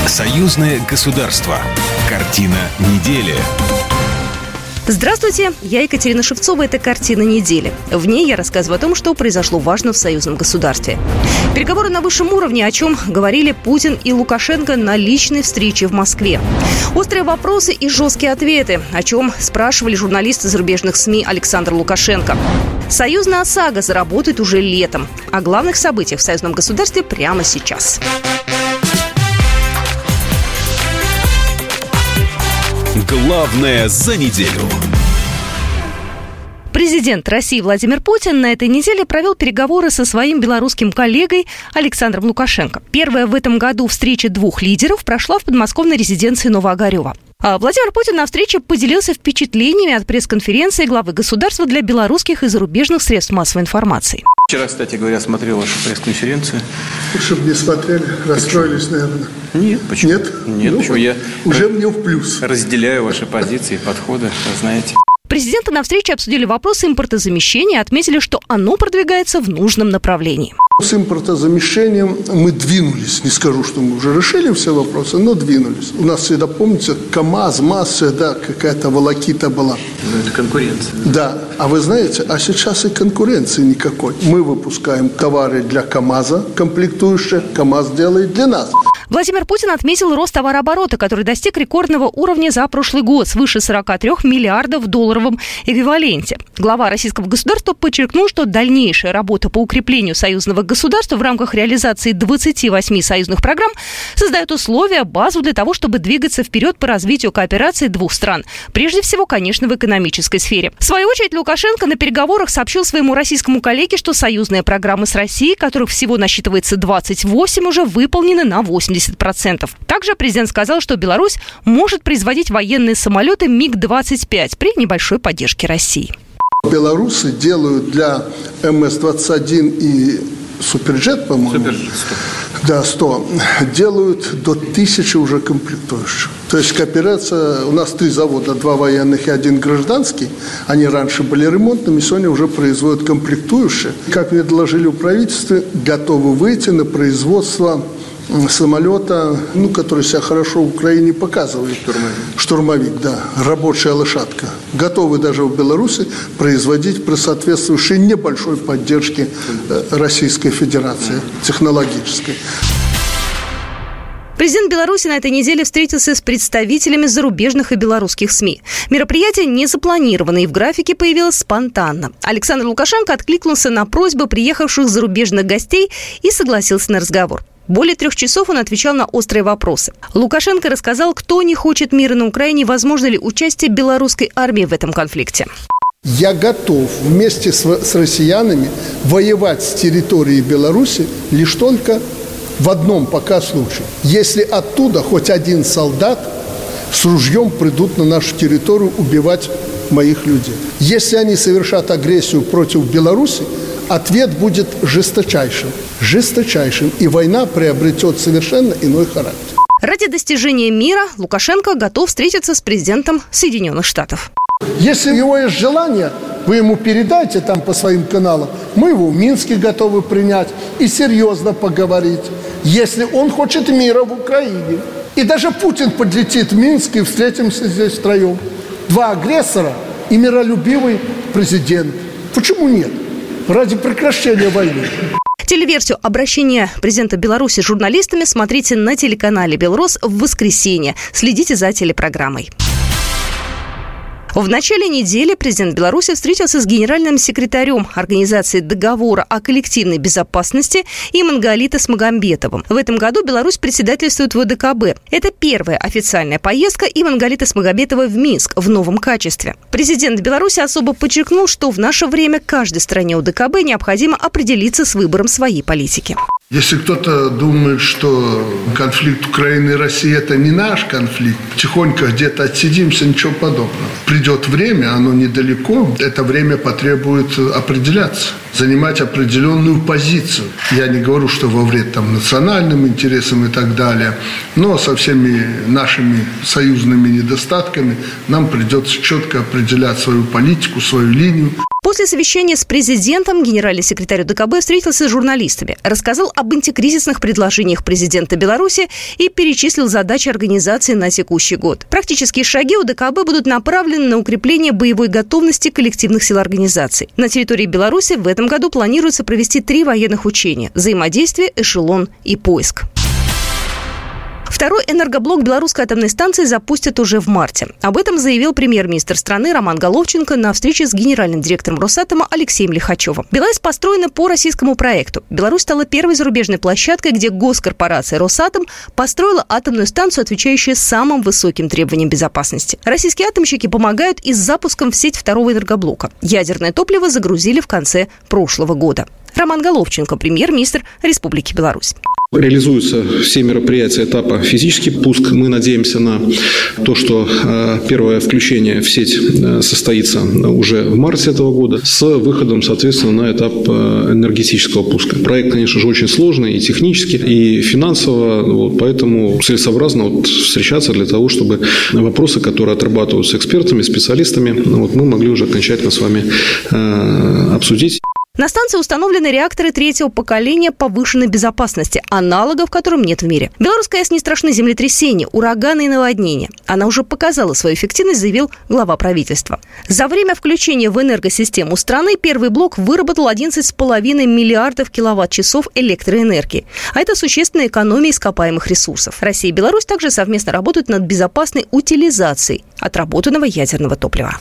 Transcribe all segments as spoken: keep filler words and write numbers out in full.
Союзное государство. Картина недели. Здравствуйте, я Екатерина Шевцова, это «Картина недели». В ней я рассказываю о том, что произошло важно в союзном государстве. Переговоры на высшем уровне, о чем говорили Путин и Лукашенко на личной встрече в Москве. Острые вопросы и жесткие ответы, о чем спрашивали журналисты зарубежных СМИ Александр Лукашенко. Союзная ОСАГО заработает уже летом. О главных событиях в союзном государстве прямо сейчас. Главное за неделю. Президент России Владимир Путин на этой неделе провел переговоры со своим белорусским коллегой Александром Лукашенко. Первая в этом году встреча двух лидеров прошла в подмосковной резиденции Новоогарева. А Владимир Путин на встрече поделился впечатлениями от пресс-конференции главы государства для белорусских и зарубежных средств массовой информации. Вчера, кстати говоря, смотрел вашу пресс-конференцию. Чтобы не смотрели, расстроились, наверное. Нет, почему? Нет? Нет, ну, почему? Я уже мне в плюс. Разделяю ваши позиции, подходы, вы знаете. Президенты на встрече обсудили вопросы импортозамещения и отметили, что оно продвигается в нужном направлении. С импортозамещением мы двинулись. Не скажу, что мы уже решили все вопросы, но двинулись. У нас всегда, помните, КАМАЗ, МАЗ, всегда какая-то волокита была. Ну, это конкуренция. Да. А вы знаете, а сейчас и конкуренции никакой. Мы выпускаем товары для КАМАЗа, комплектующие, КАМАЗ делает для нас. Владимир Путин отметил рост товарооборота, который достиг рекордного уровня за прошлый год, свыше сорок три миллиардов в долларовом эквиваленте. Глава российского государства подчеркнул, что дальнейшая работа по укреплению союзного государства в рамках реализации двадцати восьми союзных программ создает условия, базу для того, чтобы двигаться вперед по развитию кооперации двух стран. Прежде всего, конечно, в экономической сфере. В свою очередь, Лукашенко на переговорах сообщил своему российскому коллеге, что союзные программы с Россией, которых всего насчитывается двадцать восемь, уже выполнены на восемьдесят процентов. Также президент сказал, что Беларусь может производить военные самолеты МиГ двадцать пять при небольшой поддержке России. Белорусы делают для эм эс двадцать один и Суперджет, по-моему. Суперджет сто. Да, сто. Делают до тысячи уже комплектующих. То есть кооперация, у нас три завода, два военных и один гражданский. Они раньше были ремонтными, сегодня уже производят комплектующие. Как мне доложили в правительстве, готовы выйти на производство самолета, ну, который себя хорошо в Украине показывает. Штурмовик. Штурмовик, да. Рабочая лошадка. Готовы даже в Беларуси производить при соответствующей небольшой поддержке Российской Федерации технологической. Президент Беларуси на этой неделе встретился с представителями зарубежных и белорусских СМИ. Мероприятие не запланировано и в графике появилось спонтанно. Александр Лукашенко откликнулся на просьбы приехавших зарубежных гостей и согласился на разговор. Более трех часов он отвечал на острые вопросы. Лукашенко рассказал, кто не хочет мира на Украине, возможно ли участие белорусской армии в этом конфликте. Я готов вместе с, с россиянами воевать с территории Беларуси лишь только в одном пока случае. Если оттуда хоть один солдат с ружьем придут на нашу территорию убивать моих людей. Если они совершат агрессию против Беларуси, ответ будет жесточайшим. Жесточайшим. И война приобретет совершенно иной характер. Ради достижения мира Лукашенко готов встретиться с президентом Соединенных Штатов. Если у него есть желание, вы ему передайте там по своим каналам. Мы его в Минске готовы принять и серьезно поговорить. Если он хочет мира в Украине. И даже Путин подлетит в Минск и встретимся здесь втроем. Два агрессора и миролюбивый президент. Почему нет? Ради прекращения войны. Телеверсию обращения президента Беларуси с журналистами смотрите на телеканале «Белрос» в воскресенье. Следите за телепрограммой. В начале недели президент Беларуси встретился с генеральным секретарем Организации договора о коллективной безопасности Имангалитом Магомбетовым. В этом году Беларусь председательствует в ОДКБ. Это первая официальная поездка Имангалита Магомбетова в Минск в новом качестве. Президент Беларуси особо подчеркнул, что в наше время каждой стране ОДКБ необходимо определиться с выбором своей политики. Если кто-то думает, что конфликт Украины и России – это не наш конфликт, тихонько где-то отсидимся, ничего подобного. Придет время, оно недалеко, это время потребует определяться, занимать определенную позицию. Я не говорю, что во вред там, национальным интересам и так далее, но со всеми нашими союзными недостатками нам придется четко определять свою политику, свою линию. После совещания с президентом генеральный секретарь УДКБ встретился с журналистами, рассказал об антикризисных предложениях президента Беларуси и перечислил задачи организации на текущий год. Практические шаги УДКБ будут направлены на укрепление боевой готовности коллективных сил организаций. На территории Беларуси в этом году планируется провести три военных учения – взаимодействие, эшелон и поиск. Второй энергоблок белорусской атомной станции запустят уже в марте. Об этом заявил премьер-министр страны Роман Головченко на встрече с генеральным директором Росатома Алексеем Лихачевым. БелАЭС построена по российскому проекту. Беларусь стала первой зарубежной площадкой, где госкорпорация Росатом построила атомную станцию, отвечающую самым высоким требованиям безопасности. Российские атомщики помогают и с запуском в сеть второго энергоблока. Ядерное топливо загрузили в конце прошлого года. Роман Головченко, премьер-министр Республики Беларусь. Реализуются все мероприятия этапа физический пуск. Мы надеемся на то, что первое включение в сеть состоится уже в марте этого года с выходом, соответственно, на этап энергетического пуска. Проект, конечно же, очень сложный и технически, и финансово, вот, поэтому целесообразно вот встречаться для того, чтобы вопросы, которые отрабатываются экспертами, специалистами, вот, мы могли уже окончательно с вами э, обсудить. На станции установлены реакторы третьего поколения повышенной безопасности, аналогов которым нет в мире. Белорусской АЭС не страшны землетрясения, ураганы и наводнения. Она уже показала свою эффективность, заявил глава правительства. За время включения в энергосистему страны первый блок выработал одиннадцать с половиной миллиардов киловатт-часов электроэнергии. А это существенная экономия ископаемых ресурсов. Россия и Беларусь также совместно работают над безопасной утилизацией отработанного ядерного топлива.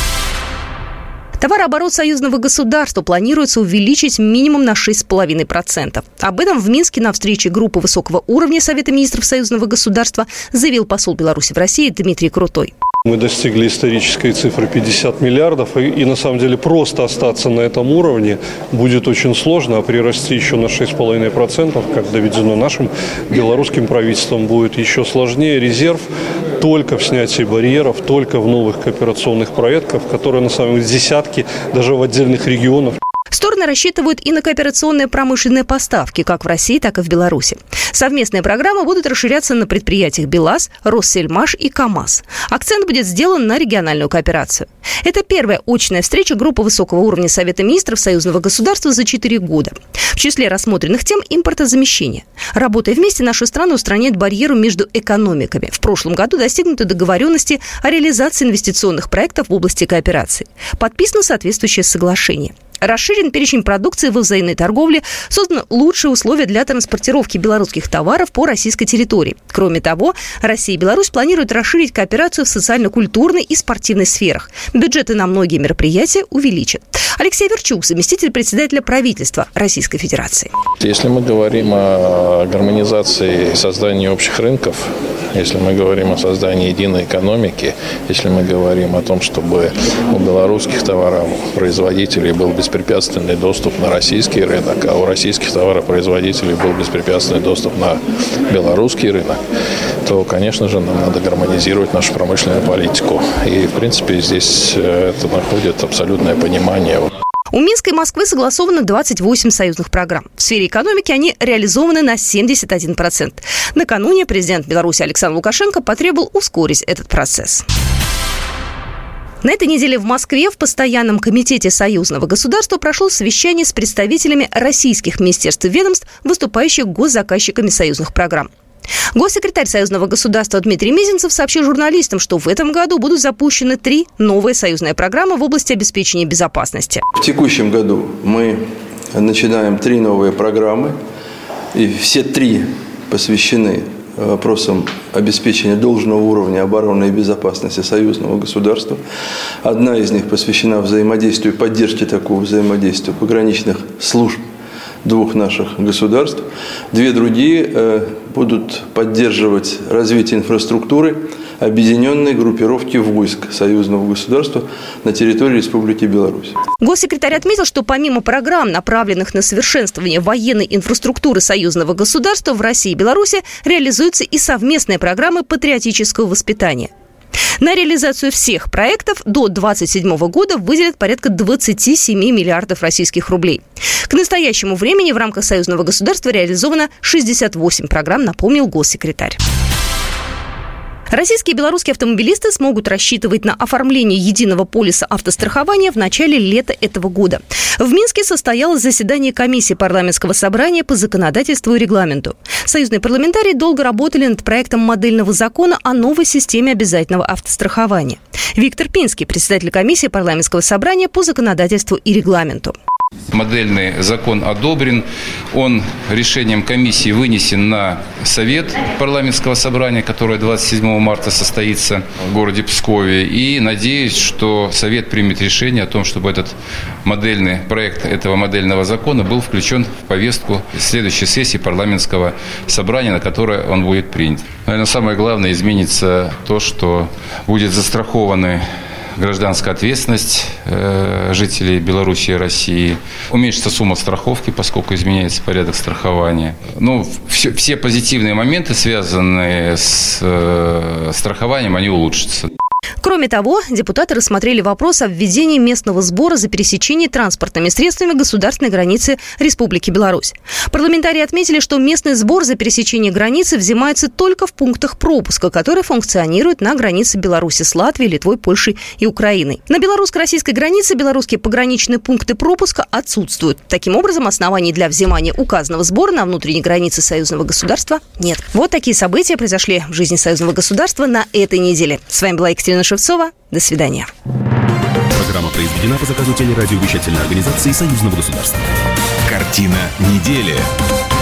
Товарооборот союзного государства планируется увеличить минимум на шесть целых пять десятых процента. Об этом в Минске на встрече группы высокого уровня Совета министров союзного государства заявил посол Беларуси в России Дмитрий Крутой. Мы достигли исторической цифры пятьдесят миллиардов, и, и на самом деле просто остаться на этом уровне будет очень сложно, а прирасти еще на шесть целых пять десятых процента, как доведено нашим белорусским правительством, будет еще сложнее. Резерв только в снятии барьеров, только в новых кооперационных проектах, которые на самом деле десятки, даже в отдельных регионах. Стороны рассчитывают и на кооперационные промышленные поставки, как в России, так и в Беларуси. Совместные программы будут расширяться на предприятиях БелАЗ, Россельмаш и КАМАЗ. Акцент будет сделан на региональную кооперацию. Это первая очная встреча группы высокого уровня Совета министров союзного государства за четыре года. В числе рассмотренных тем импортозамещение. Работая вместе, наши страны устраняют барьеры между экономиками. В прошлом году достигнуты договоренности о реализации инвестиционных проектов в области кооперации. Подписано соответствующее соглашение. Расширен перечень продукции во взаимной торговле, созданы лучшие условия для транспортировки белорусских товаров по российской территории. Кроме того, Россия и Беларусь планируют расширить кооперацию в социально-культурной и спортивной сферах. Бюджеты на многие мероприятия увеличат. Алексей Верчук, заместитель председателя правительства Российской Федерации. Если мы говорим о гармонизации и создании общих рынков, если мы говорим о создании единой экономики, если мы говорим о том, чтобы у белорусских товаропроизводителей был беспрепятственный доступ на российский рынок, а у российских товаропроизводителей был беспрепятственный доступ на белорусский рынок, то, конечно же, нам надо гармонизировать нашу промышленную политику. И, в принципе, здесь это находит абсолютное понимание. У Минска и Москвы согласовано двадцать восемь союзных программ. В сфере экономики они реализованы на семьдесят один процент. Накануне президент Беларуси Александр Лукашенко потребовал ускорить этот процесс. На этой неделе в Москве в Постоянном комитете союзного государства прошло совещание с представителями российских министерств и ведомств, выступающих госзаказчиками союзных программ. Госсекретарь союзного государства Дмитрий Мезенцев сообщил журналистам, что в этом году будут запущены три новые союзные программы в области обеспечения безопасности. В текущем году мы начинаем три новые программы, и все три посвящены вопросам обеспечения должного уровня обороны и безопасности союзного государства. Одна из них посвящена взаимодействию, поддержке такого взаимодействия пограничных служб двух наших государств. Две другие э, будут поддерживать развитие инфраструктуры объединенной группировки войск союзного государства на территории Республики Беларусь. Госсекретарь отметил, что помимо программ, направленных на совершенствование военной инфраструктуры союзного государства, в России и Беларуси реализуются и совместные программы патриотического воспитания. На реализацию всех проектов до двадцать седьмого года выделят порядка двадцать семь миллиардов российских рублей. К настоящему времени в рамках союзного государства реализовано шестьдесят восемь программ, напомнил госсекретарь. Российские и белорусские автомобилисты смогут рассчитывать на оформление единого полиса автострахования в начале лета этого года. В Минске состоялось заседание комиссии парламентского собрания по законодательству и регламенту. Союзные парламентарии долго работали над проектом модельного закона о новой системе обязательного автострахования. Виктор Пинский, председатель комиссии парламентского собрания по законодательству и регламенту. Модельный закон одобрен, он решением комиссии вынесен на совет парламентского собрания, которое двадцать седьмого марта состоится в городе Пскове. И надеюсь, что совет примет решение о том, чтобы этот модельный проект этого модельного закона был включен в повестку следующей сессии парламентского собрания, на которой он будет принят. Наверное, самое главное, изменится то, что будет застрахованы гражданская ответственность э, жителей Беларуси и России. Уменьшится сумма страховки, поскольку изменяется порядок страхования. Ну, все, все позитивные моменты, связанные с э, страхованием, они улучшатся. Кроме того, депутаты рассмотрели вопрос о введении местного сбора за пересечение транспортными средствами государственной границы Республики Беларусь. Парламентарии отметили, что местный сбор за пересечение границы взимается только в пунктах пропуска, которые функционируют на границе Беларуси с Латвией, Литвой, Польшей и Украиной. На белорусско-российской границе белорусские пограничные пункты пропуска отсутствуют. Таким образом, оснований для взимания указанного сбора на внутренней границе союзного государства нет. Вот такие события произошли в жизни союзного государства на этой неделе. С вами была Екатерина Шевцова. До свидания. Программа произведена по заказу телерадиовещательной организации Союзного государства. Картина недели.